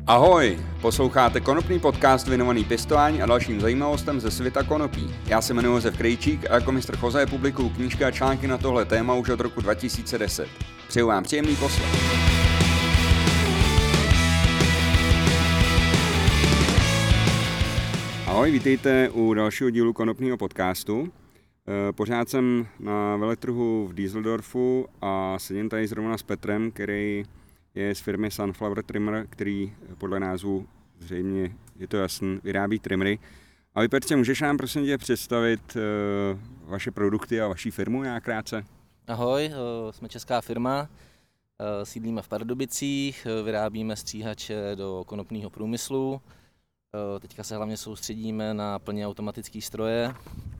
Ahoj, posloucháte konopný podcast věnovaný pěstování a dalším zajímavostem ze světa konopí. Já se jmenuji Josef Krejčík a jako mistr Jose publikuju knížky a články na tohle téma už od roku 2010. Přeju vám příjemný poslech. Ahoj, vítejte u dalšího dílu konopního podcastu. Pořád jsem na veletrhu v Düsseldorfu a sedím tady zrovna s Petrem, který je z firmy Sunflower Trimmer, který podle názvu zřejmě, je to jasný, vyrábí trimmery. A vy, Petře, můžeš nám prosím tě představit vaše produkty a vaši firmu nějak krátce? Ahoj, jsme česká firma, sídlíme v Pardubicích, vyrábíme stříhače do konopného průmyslu. Teďka se hlavně soustředíme na plně automatické stroje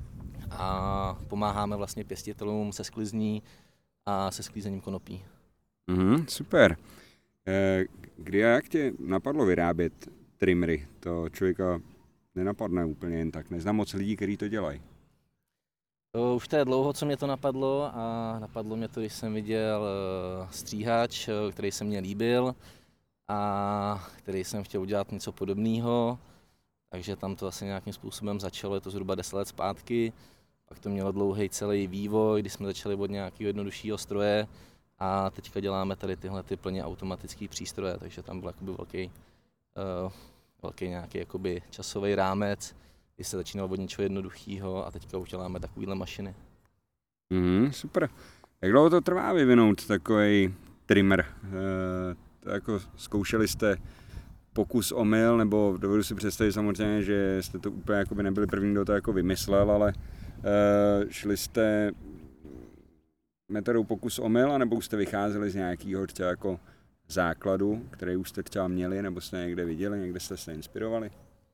a pomáháme vlastně pěstitelům se sklizní a se sklízením konopí. Super. Kdy a jak tě napadlo vyrábět trimmery? To člověka nenapadne úplně jen tak. Neznám moc lidí, kteří to dělají. Už to je dlouho, co mě to napadlo a napadlo mě to, když jsem viděl stříhač, který se mně líbil a který jsem chtěl udělat něco podobného. Takže tam to asi nějakým způsobem začalo, je to zhruba 10 let zpátky. Pak to mělo dlouhý celý vývoj, kdy jsme začali od nějakého jednoduššího stroje a teďka děláme tady tyhle ty plně automatické přístroje, takže tam byl jakoby velký nějaký jakoby časový rámec, kdy se začínalo od něčeho jednoduchého a teďka už děláme takovýhle mašiny. Super. Jak dlouho to trvá vyvinout takový trimmer? Jako zkoušeli jste pokus omyl, nebo dovedu si představit samozřejmě, že jste to úplně jakoby nebyli první, kdo to jako vymyslel, ale šli jste metodou pokus omyl, nebo jste vycházeli z nějakého třeba jako základu, který už jste třeba měli, nebo jste někde viděli, někde jste se inspirovali?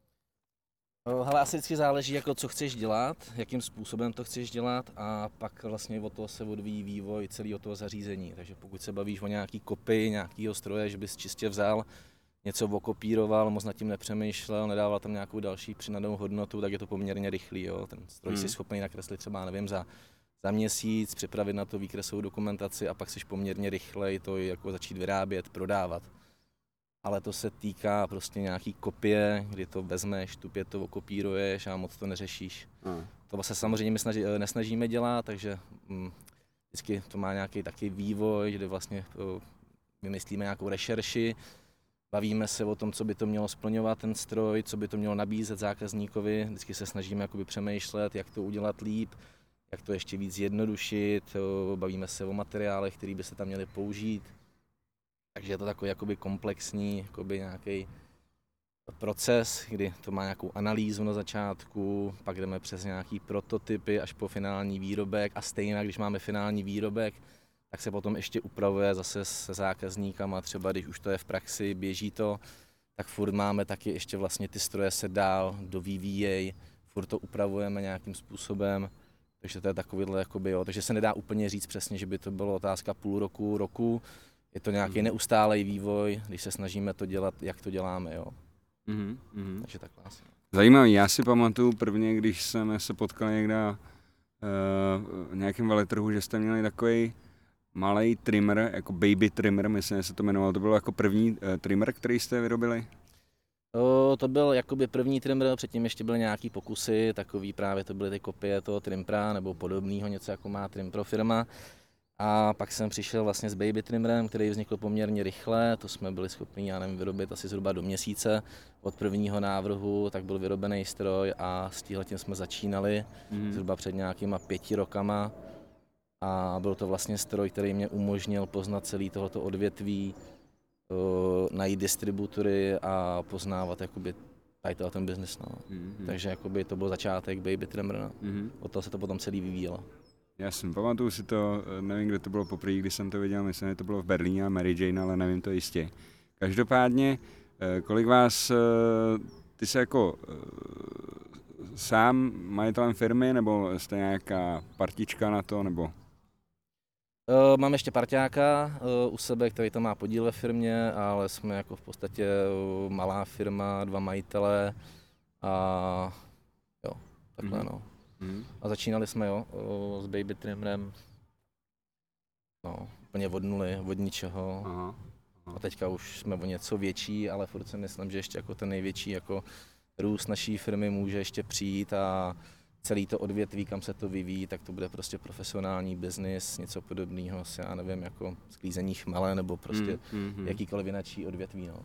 Hele, asi vždycky záleží, jako co chceš dělat, jakým způsobem to chceš dělat a pak vlastně od toho se odvíjí vývoj celého toho zařízení. Takže pokud se bavíš o nějaký kopii, nějakého stroje, že bys čistě vzal, něco okopíroval, moc nad tím nepřemýšlel, nedával tam nějakou další přinanou hodnotu, tak je to poměrně rychlý. Jo. Ten stroj si schopný nakreslit třeba, nevím, za měsíc, připravit na to výkresovou dokumentaci a pak jsi poměrně rychlej to jako začít vyrábět, prodávat. Ale to se týká prostě nějaký kopie, kdy to vezmeš, tupě to okopíruješ a moc to neřešíš. To se samozřejmě my nesnažíme dělat, takže vždycky to má nějaký taky vývoj, kde vlastně vymyslíme nějakou rešerši, bavíme se o tom, co by to mělo splňovat ten stroj, co by to mělo nabízet zákazníkovi, vždycky se snažíme jakoby přemýšlet, jak to udělat líp, jak to ještě víc zjednodušit, bavíme se o materiálech, které by se tam měly použít. Takže je to takový jakoby komplexní jakoby nějaký proces, kdy to má nějakou analýzu na začátku, pak jdeme přes nějaký prototypy až po finální výrobek a stejně, když máme finální výrobek, tak se potom ještě upravuje zase se zákazníkama, třeba když už to je v praxi, běží to, tak furt máme taky ještě vlastně ty stroje se dál dovyvíjejí, furt to upravujeme nějakým způsobem, takže to je takovýhle jakoby, jo, takže se nedá úplně říct přesně, že by to bylo otázka půl roku, je to nějaký neustálý vývoj, když se snažíme to dělat, jak to děláme, jo. Takže takhle asi. Zajímavý, já si pamatuju prvně, když jsme se potkali někde na nějakém veletrhu, že jste měli takový malý trimmer, jako baby trimmer, myslím, že se to jmenovalo, to byl jako první trimmer, který jste vyrobili? To byl jakoby první trimmer, předtím ještě byly nějaký pokusy, takový právě to byly ty kopie toho Trimpra nebo podobného, něco jako má Trimpro firma. A pak jsem přišel vlastně s baby trimmerem, který vznikl poměrně rychle, to jsme byli schopni, já nevím, vyrobit asi zhruba do měsíce od prvního návrhu, tak byl vyrobený stroj a s tímhletím jsme začínali zhruba před nějakýma 5 rokama. A byl to vlastně stroj, který mě umožnil poznat celý tohoto odvětví, najít distributory a poznávat jakoby tady ten biznis. No. Takže jakoby to byl začátek baby trimmer, no. Od toho se to potom celý vyvíjelo. Jasně, pamatuju si to, nevím, kde to bylo poprvé, když jsem to viděl, myslím, že to bylo v Berlíně a Mary Jane, ale nevím to jistě. Každopádně, kolik vás, ty jsi jako sám majitelem firmy, nebo jste nějaká partička na to, nebo? Mám ještě parťáka u sebe, který to má podíl ve firmě, ale jsme jako v podstatě malá firma, 2 majitelé a jo, takhle no. A začínali jsme s baby trimmerem, no, úplně od nuly, od ničeho. A teďka už jsme o něco větší, ale furt si myslím, že ještě jako ten největší jako růst naší firmy může ještě přijít a celý to odvětví, kam se to vyvíjí, tak to bude prostě profesionální biznis, něco podobného, já nevím, jako sklízení chmele nebo prostě jakýkoliv jináčí odvětví. No.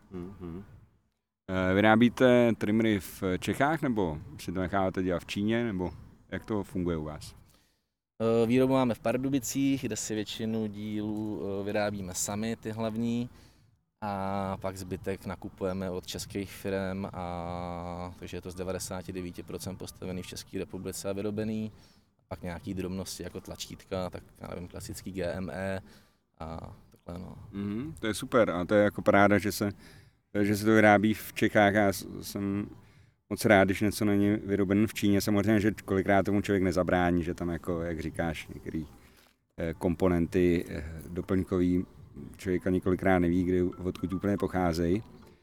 Vyrábíte trimmery v Čechách nebo si to necháváte dělat v Číně, nebo jak to funguje u vás? Výrobu máme v Pardubicích, kde si většinu dílů vyrábíme sami, ty hlavní, a pak zbytek nakupujeme od českých firm, a takže je to z 99% postavený v České republice a vyrobený. A pak nějaký drobnosti jako tlačítka, tak já nevím, klasický GME a takhle no. To je super a to je jako paráda, že se to vyrábí v Čechách. Já jsem moc rád, když něco není vyroben v Číně. Samozřejmě, že kolikrát tomu člověk nezabrání, že tam jako, jak říkáš, některé komponenty doplňkový člověka několikrát neví, kdy odkud úplně pocházejí.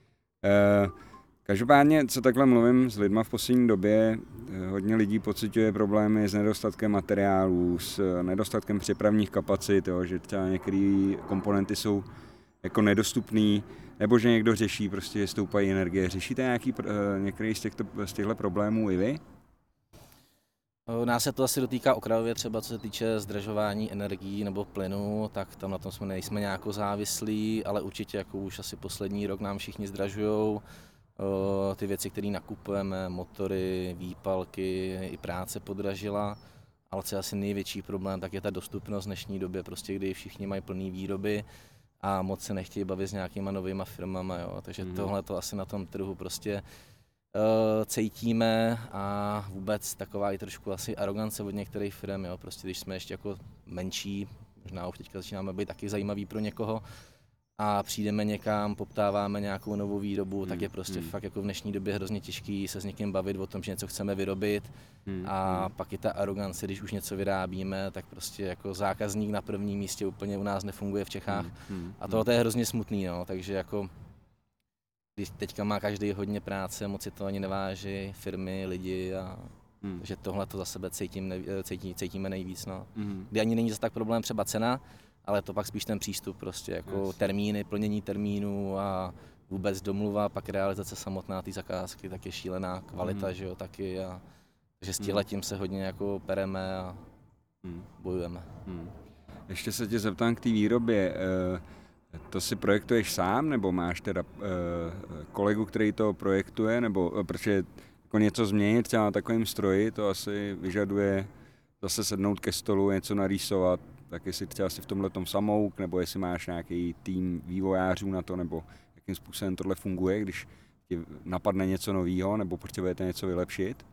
Každopádně, co takhle mluvím s lidma v poslední době, hodně lidí pociťuje problémy s nedostatkem materiálů, s nedostatkem přepravních kapacit, jo, že třeba některé komponenty jsou jako nedostupný, nebo že někdo řeší, prostě, že stoupají energie. Řešíte některý z těchto problémů i vy? Nás se to asi dotýká okrajově, třeba co se týče zdražování energií nebo plynu, tak tam na tom nejsme nějak závislí, ale určitě jako už asi poslední rok nám všichni zdražujou. Ty věci, které nakupujeme, motory, výpalky, i práce podražila, ale co je asi největší problém, tak je ta dostupnost v dnešní době, prostě kdy všichni mají plný výroby a moc se nechtějí bavit s nějakýma novýma firmama, jo. Takže tohle to asi na tom trhu prostě cítíme, a vůbec taková i trošku asi arogance od některých firm, jo. Prostě když jsme ještě jako menší, možná už teďka začínáme být taky zajímavý pro někoho, a přijdeme někam, poptáváme nějakou novou výrobu, tak je prostě fakt jako v dnešní době hrozně těžký se s někým bavit o tom, že něco chceme vyrobit, a pak je ta arogance, když už něco vyrábíme, tak prostě jako zákazník na prvním místě úplně u nás nefunguje v Čechách, a tohle je hrozně smutný, no, takže jako když teďka má každý hodně práce, moc si to ani neváží, firmy, lidi, a takže tohle to za sebe cítíme nejvíc, no. Kdy ani není zase tak problém třeba cena, ale to pak spíš ten přístup, prostě jako termíny, plnění termínů a vůbec domluva, pak realizace samotná té zakázky, tak je šílená kvalita, že jo, taky, a takže s tímhletím se hodně jako pereme a bojujeme. Ještě se tě zeptám k té výrobě, to si projektuješ sám, nebo máš teda kolegu, který to projektuje, nebo protože jako něco změnit třeba na takovém stroji, to asi vyžaduje zase sednout ke stolu, něco narýsovat, tak jestli třeba si v tomhletom samouk, nebo jestli máš nějaký tým vývojářů na to, nebo jakým způsobem tohle funguje, když ti napadne něco nového, nebo potřebujete něco vylepšit?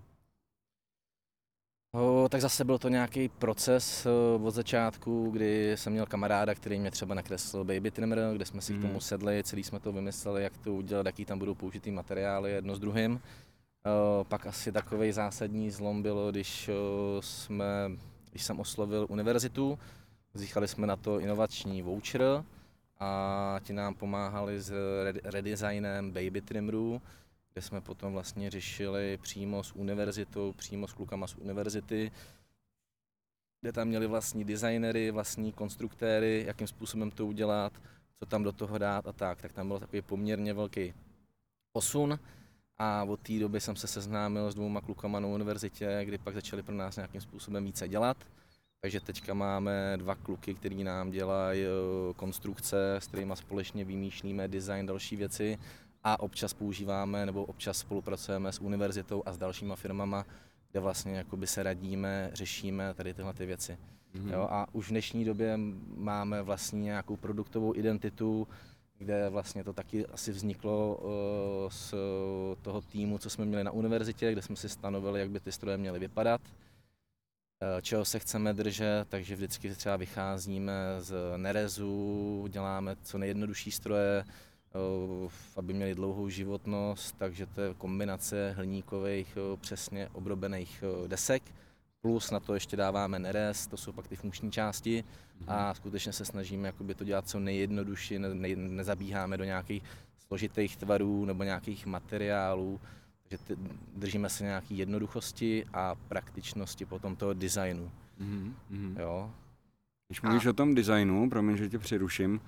Tak zase byl to nějaký proces od začátku, kdy jsem měl kamaráda, který mě třeba nakreslil baby trimmer, kde jsme si k tomu sedli, celý jsme to vymysleli, jak to udělat, jaký tam budou použitý materiály jedno s druhým. Pak asi takovej zásadní zlom bylo, když jsem oslovil univerzitu, získali jsme na to inovační voucher a ti nám pomáhali s redesignem baby trimmerů, kde jsme potom vlastně řešili přímo s univerzitou, přímo s klukama z univerzity, kde tam měli vlastní designery, vlastní konstruktéry, jakým způsobem to udělat, co tam do toho dát a tak tam byl takový poměrně velký posun. A od té doby jsem se seznámil s 2 klukama na univerzitě, kdy pak začali pro nás nějakým způsobem více dělat. Takže teďka máme 2 kluky, kteří nám dělají konstrukce, s kterými společně vymýšlíme design, další věci, a občas používáme nebo občas spolupracujeme s univerzitou a s dalšíma firmama, kde vlastně jakoby se radíme, řešíme tady tyhle ty věci. Jo, a už v dnešní době máme vlastně nějakou produktovou identitu, kde vlastně to taky asi vzniklo z toho týmu, co jsme měli na univerzitě, kde jsme si stanovili, jak by ty stroje měly vypadat, čeho se chceme držet, takže vždycky třeba vycházíme z nerezu, děláme co nejjednodušší stroje, aby měli dlouhou životnost, takže to je kombinace hliníkových přesně obrobených desek, plus na to ještě dáváme nerez, to jsou pak ty funkční části, a skutečně se snažíme jakoby to dělat co nejjednodušší, nezabíháme do nějakých složitých tvarů nebo nějakých materiálů, takže držíme se nějaké jednoduchosti a praktičnosti potom toho designu. Jo. Když mluvíš o tom designu, promiň, že tě přeruším,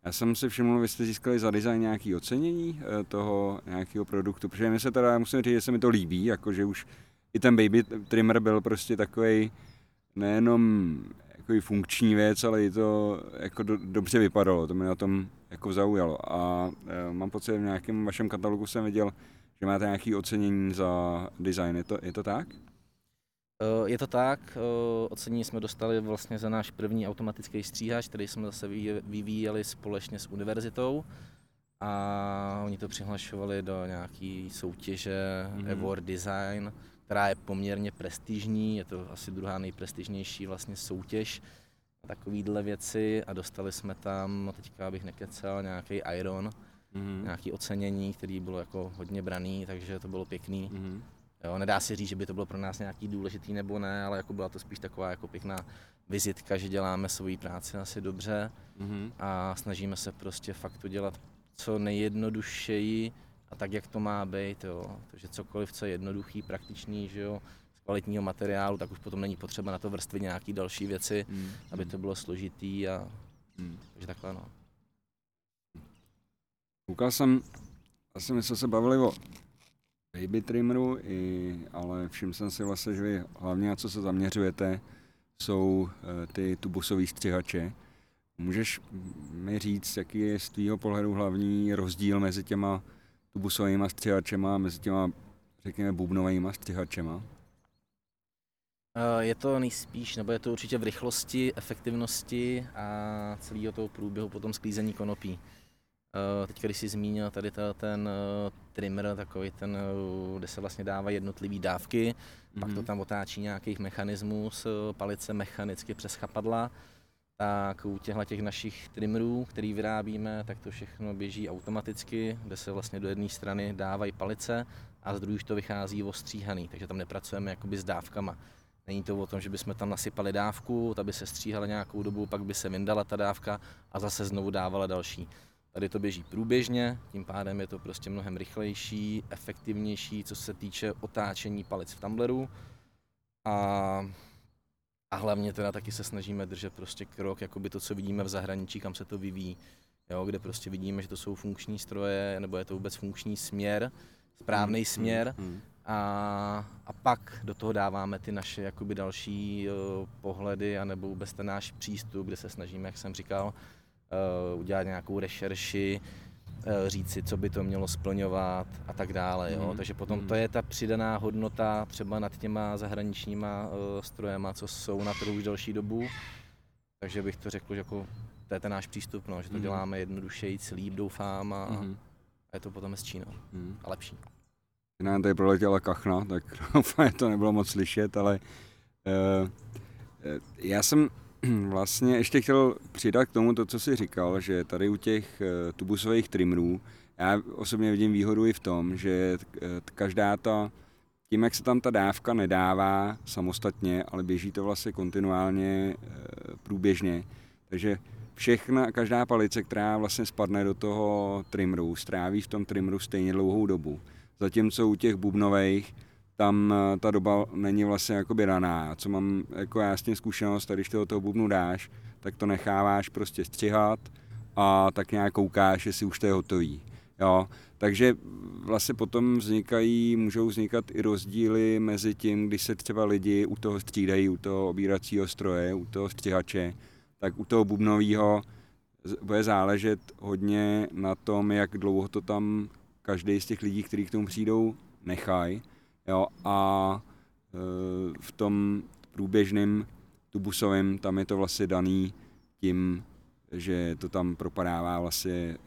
Já jsem si všiml, vy jste získali za design nějaké ocenění toho nějakého produktu, protože mi se teda, musím říct, že se mi to líbí, jakože už i ten baby trimmer byl prostě takovej nejenom jako funkční věc, ale i to jako dobře vypadalo, to mě na tom jako zaujalo. A mám pocit, že v nějakém vašem katalogu jsem viděl, že máte nějaké ocenění za design, je to tak? Je to tak, ocenění jsme dostali vlastně za náš první automatický stříhač, který jsme zase vyvíjeli společně s univerzitou a oni to přihlašovali do nějaký soutěže Award Design, která je poměrně prestižní, je to asi druhá nejprestižnější vlastně soutěž na takovýhle věci a dostali jsme tam, teďka abych nekecel, nějaký Iron, nějaký ocenění, který bylo jako hodně braný, takže to bylo pěkný. Jo, nedá se říct, že by to bylo pro nás nějaký důležitý nebo ne, ale jako byla to spíš taková jako pěkná vizitka, že děláme svoji práci asi dobře a snažíme se prostě fakt to dělat co nejjednodušeji a tak, jak to má být, jo. Takže cokoliv, co je jednoduchý, praktičný, že jo, z kvalitního materiálu, tak už potom není potřeba na to vrstvit nějaký další věci, aby to bylo složitý a takže takhle, no. Koukal jsem, asi my jsme se bavili o baby trimmeru, ale všiml jsem si vlastně, že vy hlavně na co se zaměřujete, jsou ty tubusový střihače. Můžeš mi říct, jaký je z tvýho pohledu hlavní rozdíl mezi těma tubusovými střihačema a mezi těma, řekněme, bubnovými střihačema? Je to nejspíš, nebo je to určitě v rychlosti, efektivnosti a celého toho průběhu potom sklízení konopí. Teď, když jsi zmínil tady ten trimmer, takový ten, kde se vlastně dávají jednotlivé dávky, pak to tam otáčí nějakých mechanismus, palice mechanicky přes chapadla, tak u těch našich trimmerů, který vyrábíme, tak to všechno běží automaticky, kde se vlastně do jedné strany dávají palice a z druhé už to vychází ostříhaný, takže tam nepracujeme jakoby s dávkama. Není to o tom, že bychom tam nasypali dávku, ta by se stříhala nějakou dobu, pak by se vyndala ta dávka a zase znovu dávala další. Tady to běží průběžně, tím pádem je to prostě mnohem rychlejší, efektivnější, co se týče otáčení palic v tumbleru. A hlavně teda taky se snažíme držet prostě krok, jakoby to, co vidíme v zahraničí, kam se to vyvíjí. Jo, kde prostě vidíme, že to jsou funkční stroje, nebo je to vůbec funkční směr, správný směr. A pak do toho dáváme ty naše jakoby další pohledy, anebo vůbec ten náš přístup, kde se snažíme, jak jsem říkal, udělat nějakou rešerši, říct si, co by to mělo splňovat a tak dále. Jo? Takže potom to je ta přidaná hodnota třeba nad těma zahraničníma strojema, co jsou na trhu už delší dobu. Takže bych to řekl, že jako, to je ten náš přístup, no, že to děláme jednodušeji, líp doufám a je to potom hezčí a lepší. Nám tady proletěla kachna, tak úplně to nebylo moc slyšet, ale já jsem vlastně ještě chtěl přidat k tomu to, co jsi říkal, že tady u těch tubusových trimmerů, já osobně vidím výhodu i v tom, že každá tím, jak se tam ta dávka nedává samostatně, ale běží to vlastně kontinuálně, průběžně, takže každá palice, která vlastně spadne do toho trimmeru, stráví v tom trimmeru stejně dlouhou dobu. Zatímco u těch bubnových tam ta doba není vlastně jakoby raná. Co mám jako já s tím zkušenost, když ty do toho bubnu dáš, tak to necháváš prostě střihat a tak nějak koukáš, jestli už to je hotový. Jo? Takže vlastně potom můžou vznikat i rozdíly mezi tím, když se třeba lidi u toho střídají, u toho obíracího stroje, u toho střihače, tak u toho bubnového bude záležet hodně na tom, jak dlouho to tam každý z těch lidí, kteří k tomu přijdou, nechají. Jo, a v tom průběžném tubusovém tam je to vlastně daný tím, že to tam propadává vlastně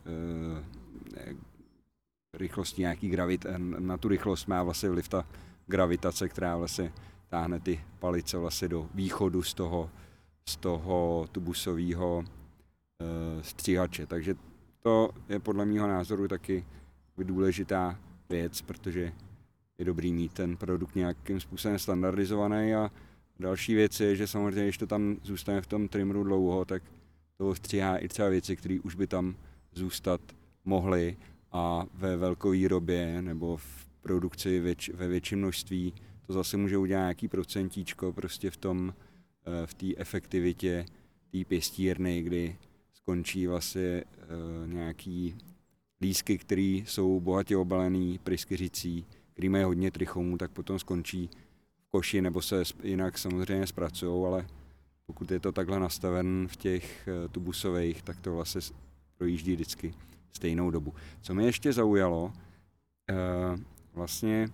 rychlostí nějaký na tu rychlost má vlastně vliv ta gravitace, která vlastně táhne ty palice vlastně do východu z toho tubusového stříhače. Takže to je podle mého názoru taky důležitá věc, protože je dobrý mít ten produkt nějakým způsobem standardizovaný a další věc je, že samozřejmě, když to tam zůstane v tom trimmeru dlouho, tak to stříhá i třeba věci, které už by tam zůstat mohly a ve velkovýrobě nebo v produkci ve větším množství to zase může udělat nějaký procentíčko prostě v té efektivitě té pěstírny, kdy skončí vlastně nějaký lísky, které jsou bohatě obalený pryskyřicí, který mají hodně trichomů, tak potom skončí v koši nebo se jinak samozřejmě zpracujou, ale pokud je to takhle nastaven v těch tubusových, tak to vlastně projíždí vždycky stejnou dobu. Co mě ještě zaujalo, vlastně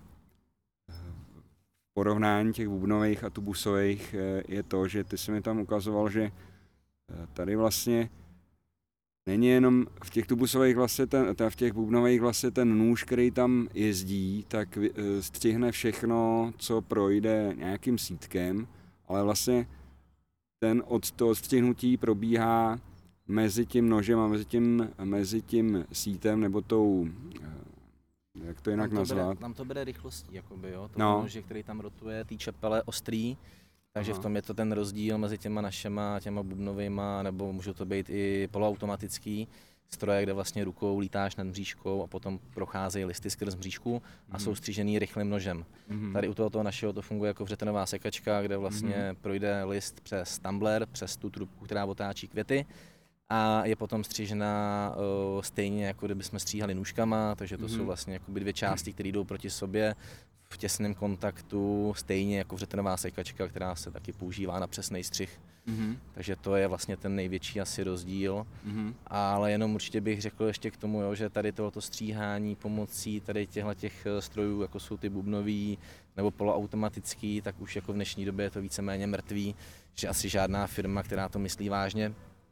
v porovnání těch bubnových a tubusových je to, že ty jsi mi tam ukazoval, že tady vlastně není jenom v těch tubusových vlastně v těch bubnových vlastně ten nůž, který tam jezdí, tak střihne všechno, co projde nějakým sítkem, ale vlastně to odstřihnutí probíhá mezi tím nožem a mezi tím sítem nebo tou, jak to jinak nazvat? Tam to bere rychlostí, jakoby, jo, to nože, který tam rotuje, ty čepele ostrý, takže v tom je to ten rozdíl mezi těma našema, těma bubnovejma, nebo můžou to být i poloautomatický stroje, kde vlastně rukou lítáš nad mřížkou a potom procházejí listy skrz mřížku a jsou střížený rychlým nožem. Tady u tohoto našeho to funguje jako vřetenová sekačka, kde vlastně projde list přes tumbler, přes tu trubku, která otáčí květy a je potom střížená stejně, jako kdyby jsme stříhali nůžkama, takže to jsou vlastně jakoby dvě části, které jdou proti sobě v těsném kontaktu, stejně jako vřetenová sekačka, která se taky používá na přesný střih. Takže to je vlastně ten největší asi rozdíl. Ale jenom určitě bych řekl ještě k tomu, jo, že tady tohoto stříhání pomocí tady těch strojů, jako jsou ty bubnový nebo poloautomatický, tak už jako v dnešní době je to víceméně mrtvý, že asi žádná firma, která to myslí vážně,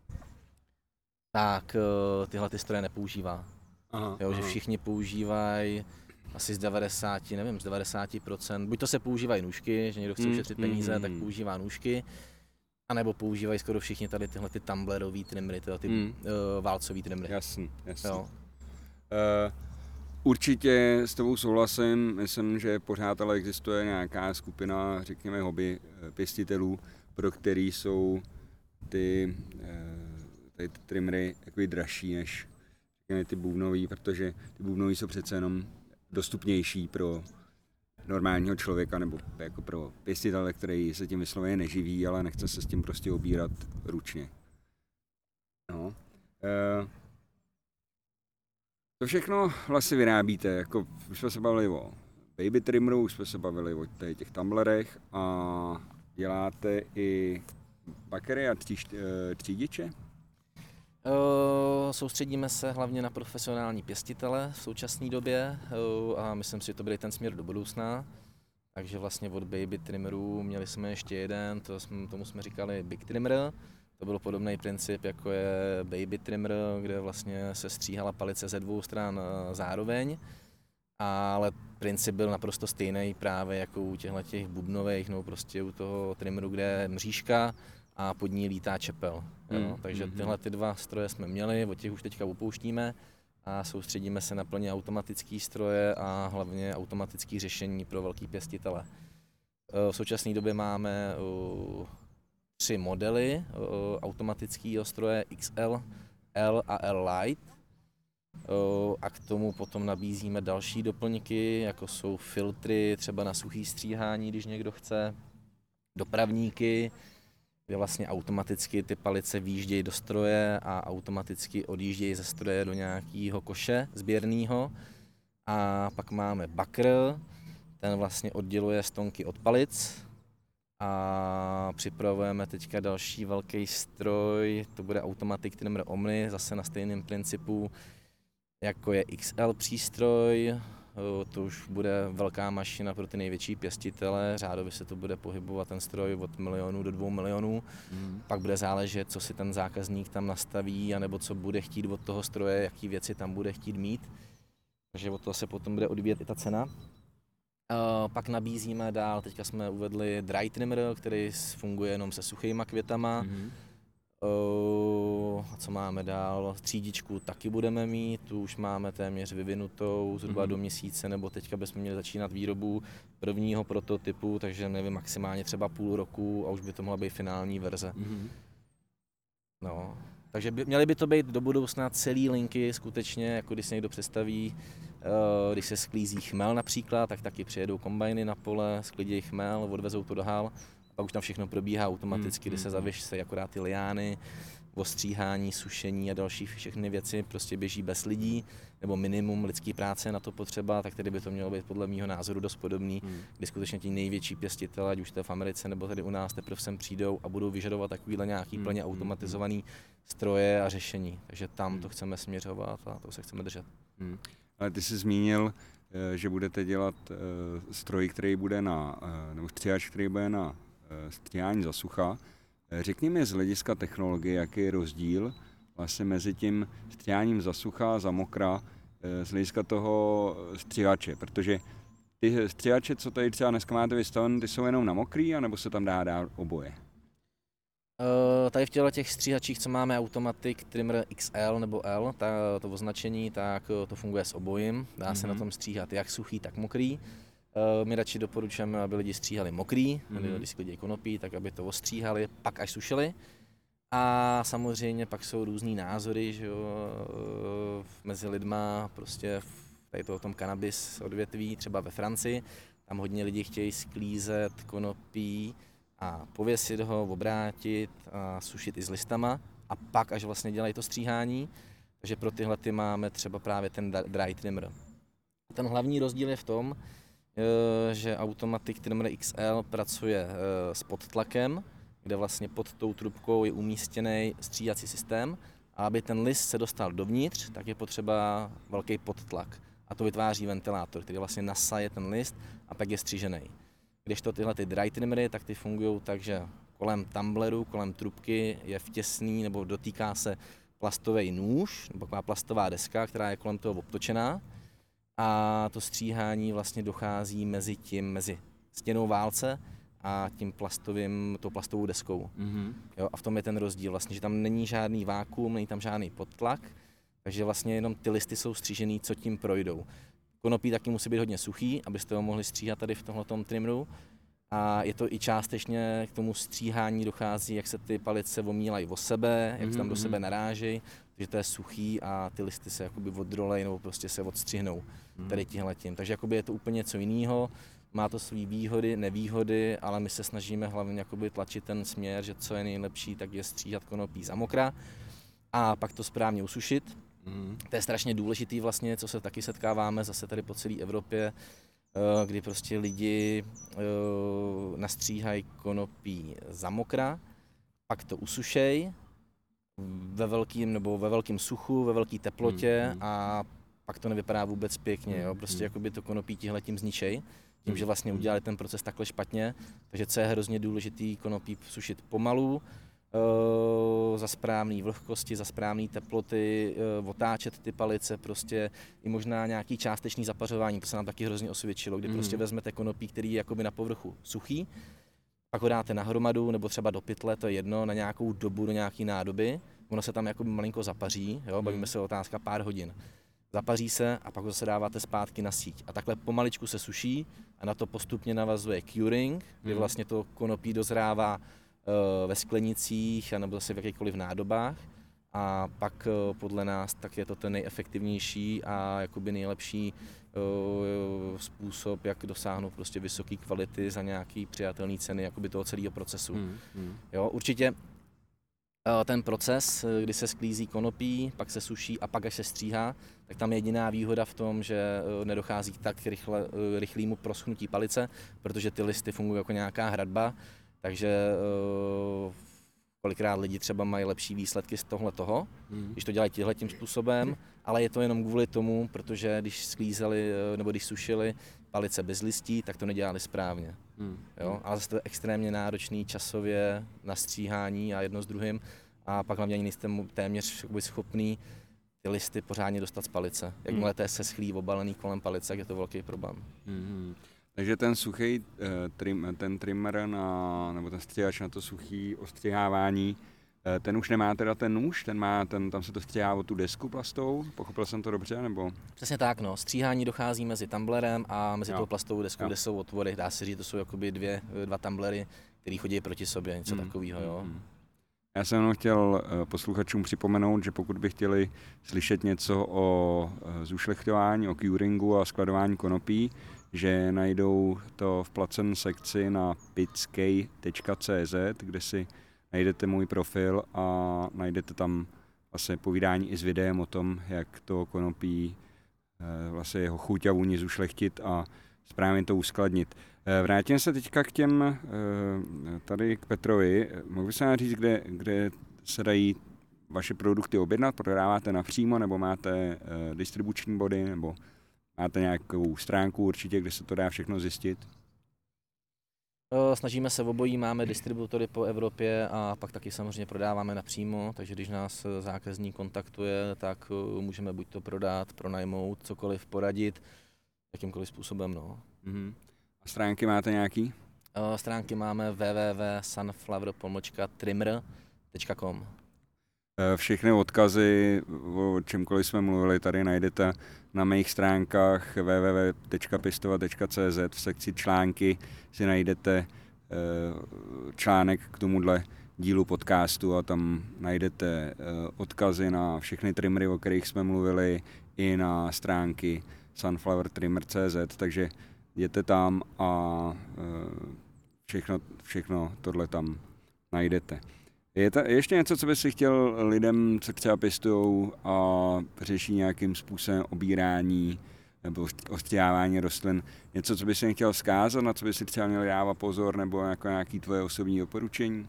tak tyhle ty stroje nepoužívá. Že všichni používají asi z 90%, buď to se používají nůžky, že někdo chce ušetřit peníze, tak používá nůžky, anebo používají skoro všichni tady tyhle ty tumblerový trimmery, ty válcový trimmery. Jasný. Určitě s tebou souhlasím, myslím, že pořád ale existuje nějaká skupina, řekněme, hobby pěstitelů, pro který jsou ty trimmery takový dražší než ty bubnový, protože ty bubnový jsou přece jenom dostupnější pro normálního člověka nebo jako pro pěstitele, který se tím vysloveně neživí, ale nechce se s tím prostě obírat ručně. No. To všechno vlastně vyrábíte, jako už jsme se bavili o baby trimmeru, už jsme se bavili o těch tumblerech a děláte i bakery a třídiče? Soustředíme se hlavně na profesionální pěstitele v současné době a myslím si, že to byl ten směr do budoucna. Takže vlastně od baby trimmerů měli jsme ještě jeden, tomu jsme říkali big trimmer. To byl podobný princip, jako je baby trimmer, kde vlastně se stříhala palice ze dvou stran zároveň. Ale princip byl naprosto stejný právě jako u těch bubnových, no prostě u toho trimmeru, kde je mřížka a pod ní lítá čepel. Takže tyhle ty dva stroje jsme měli, od těch už teďka upouštíme a soustředíme se na plně automatické stroje a hlavně automatické řešení pro velký pěstitele. V současné době máme 3 modely automatického stroje XL, L a L Lite. A k tomu potom nabízíme další doplňky, jako jsou filtry třeba na suchý stříhání, když někdo chce, dopravníky, kde vlastně automaticky ty palice výjíždějí do stroje a automaticky odjíždějí ze stroje do nějakého koše sběrného. A pak máme bakr, ten vlastně odděluje stonky od palic. A připravujeme teďka další velký stroj, to bude Automatic Trimmer Omni, zase na stejném principu, jako je XL přístroj. To už bude velká mašina pro ty největší pěstitele, řádově se to bude pohybovat ten stroj od 1 milionu do 2 milionů. Pak bude záležet, co si ten zákazník tam nastaví, anebo co bude chtít od toho stroje, jaký věci tam bude chtít mít. Takže od toho se potom bude odvíjet i ta cena. Pak nabízíme dál, teďka jsme uvedli dry trimmer, který funguje jenom se suchýma květama. Co máme dál? Třídičku taky budeme mít, tu už máme téměř vyvinutou, zhruba do měsíce, nebo teďka bychom měli začínat výrobu prvního prototypu, takže nevím, maximálně třeba půl roku a už by to mohla být finální verze. No, takže měly by to být do budoucna celý linky, skutečně, jako když se někdo představí, když se sklízí chmel například, tak taky přijedou kombajny na pole, sklidí chmel, odvezou to do hal. Pak už tam všechno probíhá automaticky, kdy se zavěší akorát ty liány, ostříhání, sušení a další všechny věci prostě běží bez lidí, nebo minimum lidský práce je na to potřeba, tak tedy by to mělo být podle mého názoru dost podobný, kdy skutečně ti největší pěstitelé, ať už to je v Americe nebo tady u nás, teprve sem přijdou a budou vyžadovat takovýhle nějaký plně automatizovaný stroje a řešení. Takže tam to chceme směřovat a to se chceme držet. Ale ty jsi zmínil, že budete dělat stroj, který bude nebo stříhač, který bude na stříhání za sucha. Řekni mi z hlediska technologie, jaký je rozdíl vlastně mezi tím stříháním za sucha a za mokra z hlediska toho stříhače, protože ty stříhače, co tady třeba dneska máte vystaven, ty jsou jenom na mokrý, anebo se tam dá oboje? Tady v těch stříhačích, co máme Automatic Trimmer XL nebo L, to označení, tak to funguje s obojím. Dá se na tom stříhat jak suchý, tak mokrý. My radši doporučujeme, aby lidi stříhali mokrý, když lidi konopí, tak aby to ostříhali, pak až sušili. A samozřejmě pak jsou různý názory, že jo, mezi lidma, prostě tady to o tom kanabis odvětví, třeba ve Francii, tam hodně lidí chtějí sklízet konopí a pověsit ho, obrátit a sušit i s listama a pak až vlastně dělají to stříhání. Takže pro tyhle ty máme třeba právě ten dry trimmer. Ten hlavní rozdíl je v tom, že Automatic Trimmer XL pracuje s podtlakem, kde vlastně pod tou trubkou je umístěný stříhací systém a aby ten list se dostal dovnitř, tak je potřeba velký podtlak. A to vytváří ventilátor, který vlastně nasaje ten list a pak je střížený. Když to tyhle ty dry trimmery, tak ty fungují tak, že kolem tumbleru, kolem trubky je vtěsný nebo dotýká se plastový nůž, nebo taková plastová deska, která je kolem toho obtočená. A to stříhání vlastně dochází mezi stěnou válce a tím tou plastovou deskou. Jo, a v tom je ten rozdíl vlastně, že tam není žádný vákuum, není tam žádný podtlak, takže vlastně jenom ty listy jsou střížený, co tím projdou. Konopí taky musí být hodně suchý, abyste ho mohli stříhat tady v tomhletom trimmeru. A je to i částečně k tomu stříhání dochází, jak se ty palice omílají o sebe, jak se tam do sebe narážejí, takže to je suchý a ty listy se jakoby odrolej nebo prostě se odstřihnou tady tímhletím. Takže jakoby je to úplně něco jiného, má to své výhody, nevýhody, ale my se snažíme hlavně jakoby tlačit ten směr, že co je nejlepší, tak je stříhat konopí za mokra a pak to správně usušit. To je strašně důležitý vlastně, co se taky setkáváme zase tady po celé Evropě, kdy prostě lidi nastříhají konopí za mokra, pak to usušej ve velkém suchu, ve velké teplotě a pak to nevypadá vůbec pěkně, jo? Prostě jakoby to konopí tímhletím zničej, tím, že vlastně udělali ten proces takhle špatně, takže co je hrozně důležitý, konopí sušit pomalu, za správné vlhkosti, za správné teploty, otáčet ty palice, prostě i možná nějaký částečný zapařování, to se nám taky hrozně osvědčilo, kdy prostě vezmete konopí, který je jakoby na povrchu suchý, pak ho dáte na hromadu nebo třeba do pytle, to je jedno, na nějakou dobu, do nějaký nádoby, ono se tam jakoby malinko zapaří, jo, bavíme se o otázka pár hodin. Zapaří se a pak ho zase dáváte zpátky na síť. A takhle pomaličku se suší a na to postupně navazuje curing, kdy vlastně to konopí dozrává ve sklenicích nebo zase v jakýchkoliv nádobách a pak podle nás tak je to ten nejefektivnější a jakoby nejlepší způsob, jak dosáhnout prostě vysoké kvality za nějaký přijatelný ceny jakoby toho celého procesu. Jo, určitě ten proces, kdy se sklízí konopí, pak se suší a pak až se stříhá, tak tam je jediná výhoda v tom, že nedochází k tak rychlému proschnutí palice, protože ty listy fungují jako nějaká hradba, takže kolikrát lidi třeba mají lepší výsledky z tohoto, když to dělají tímhletím způsobem, ale je to jenom kvůli tomu, protože když sklízeli nebo když sušili palice bez listí, tak to nedělali správně. Jo? Ale zase to je extrémně náročný časově na stříhání a jedno s druhým a pak hlavně ani nejste téměř schopný ty listy pořádně dostat z palice. Jakmile to je seschlý, obalený kolem palice, tak je to velký problém. Takže ten suchý ten trimmer nebo ten stříhač na to suchý ostřihávání, ten už nemá teda ten nůž, tam se to stříhá o tu desku plastovou, pochopil jsem to dobře, nebo? Přesně tak, no. Stříhání dochází mezi tumblerem a mezi tou plastovou deskou, kde jsou otvory. Dá se říct, to jsou jakoby dva tumblery, které chodí proti sobě, něco takového, jo. Já jsem jenom chtěl posluchačům připomenout, že pokud by chtěli slyšet něco o zušlechtování, o curingu a skladování konopí, že najdou to v placen sekci na pitskej.cz, kde si najdete můj profil a najdete tam vlastně povídání i s videem o tom, jak to konopí vlastně jeho chuť a vůni zušlechtit a správně to uskladnit. Vrátím se teďka k těm, tady k Petrovi. Mohl bych se nám říct, kde se dají vaše produkty objednat? Prodáváte napřímo, nebo máte distribuční body, nebo máte nějakou stránku určitě, kde se to dá všechno zjistit? Snažíme se obojí, máme distributory po Evropě a pak taky samozřejmě prodáváme napřímo, takže když nás zákazník kontaktuje, tak můžeme buď to prodat, pronajmout, cokoliv poradit, jakýmkoliv způsobem. No. A stránky máte nějaký? Stránky máme www.sunflower-trimmer.com. Všechny odkazy, o čemkoliv jsme mluvili, tady najdete na mých stránkách www.pistova.cz. V sekci články si najdete článek k tomuhle dílu podcastu a tam najdete odkazy na všechny trimmery, o kterých jsme mluvili, i na stránky sunflowertrimmer.cz, takže jděte tam a všechno tohle tam najdete. Je ještě něco, co bys si chtěl lidem, co třeba pěstujou a řeší nějakým způsobem obírání nebo ostřihávání rostlin, něco, co bys si chtěl vzkázat, na co bys si třeba měl dávat pozor, nebo jako nějaké tvoje osobní doporučení?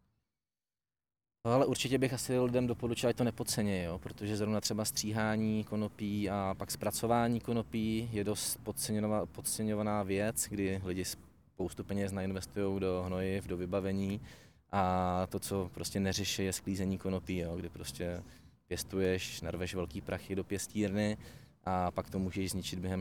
No, ale určitě bych asi lidem doporučil, ať to nepodceňuje, jo? Protože zrovna třeba stříhání konopí a pak zpracování konopí je dost podceňovaná věc, kdy lidi spoustu peněz nainvestují do hnojiv, do vybavení. A to, co prostě neřeší, je sklízení konopí, jo, kdy prostě pěstuješ, narveš velký prachy do pěstírny a pak to můžeš zničit během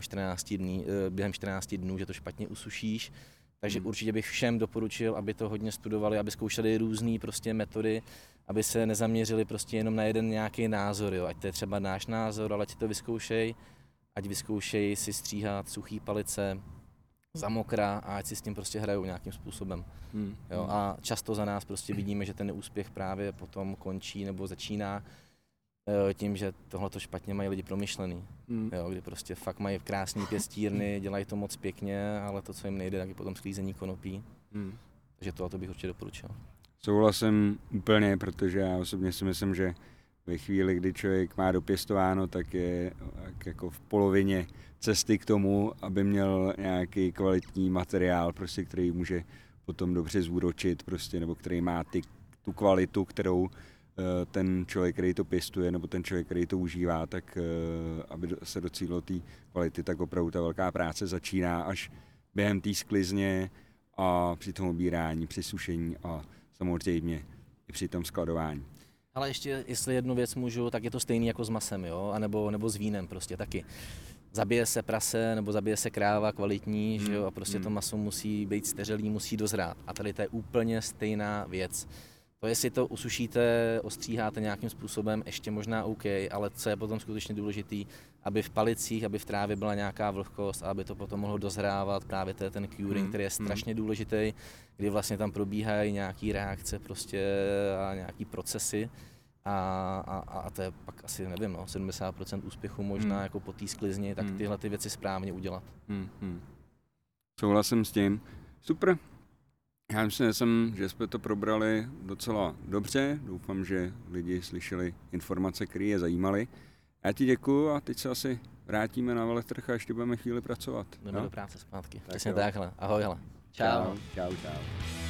14 dnů, že to špatně usušíš. Takže určitě bych všem doporučil, aby to hodně studovali, aby zkoušeli různé prostě metody, aby se nezaměřili prostě jenom na jeden nějaký názor, jo. Ať to je třeba náš názor, ale ať si to vyzkoušej, ať vyzkoušej si stříhat suchý palice, za mokra a ať si s tím prostě hrajou nějakým způsobem. Jo, a často za nás prostě vidíme, že ten úspěch právě potom končí nebo začíná tím, že tohleto špatně mají lidi promyšlený. Jo, kdy prostě fakt mají krásné pěstírny, dělají to moc pěkně, ale to, co jim nejde, tak je potom sklízení konopí. Takže tohle bych určitě doporučil. Souhlasím úplně, protože já osobně si myslím, že ve chvíli, kdy člověk má dopěstováno, tak je jako v polovině cesty k tomu, aby měl nějaký kvalitní materiál, prostě, který může potom dobře zúročit, prostě, nebo který má tu kvalitu, kterou ten člověk, který to pěstuje, nebo ten člověk, který to užívá, tak aby se docílilo té kvality, tak opravdu ta velká práce začíná až během té sklizně a při tom obírání, při sušení a samozřejmě i při tom skladování. Ale ještě, jestli jednu věc můžu, tak je to stejný jako s masem, jo? A nebo s vínem prostě taky. Zabije se prase nebo zabije se kráva kvalitní, že jo? A prostě to maso musí být sterilní, musí dozrát. A tady to je úplně stejná věc. To, jestli to usušíte, ostříháte nějakým způsobem, ještě možná OK, ale co je potom skutečně důležitý, aby v palicích, aby v trávě byla nějaká vlhkost a aby to potom mohlo dozrávat, právě to je ten curing, který je strašně důležitý, kdy vlastně tam probíhají nějaký reakce prostě a nějaký procesy a to je pak asi, nevím, no, 70% úspěchu možná jako po té sklizni, tak tyhle ty věci správně udělat. Souhlasím s tím. Super. Já myslím, že jsme to probrali docela dobře. Doufám, že lidi slyšeli informace, které je zajímaly. Já ti děkuju a teď se asi vrátíme na veletrh a ještě budeme chvíli pracovat. Jdeme do práce zpátky. Přesně takhle. Ahoj, hele. Čau. Čau.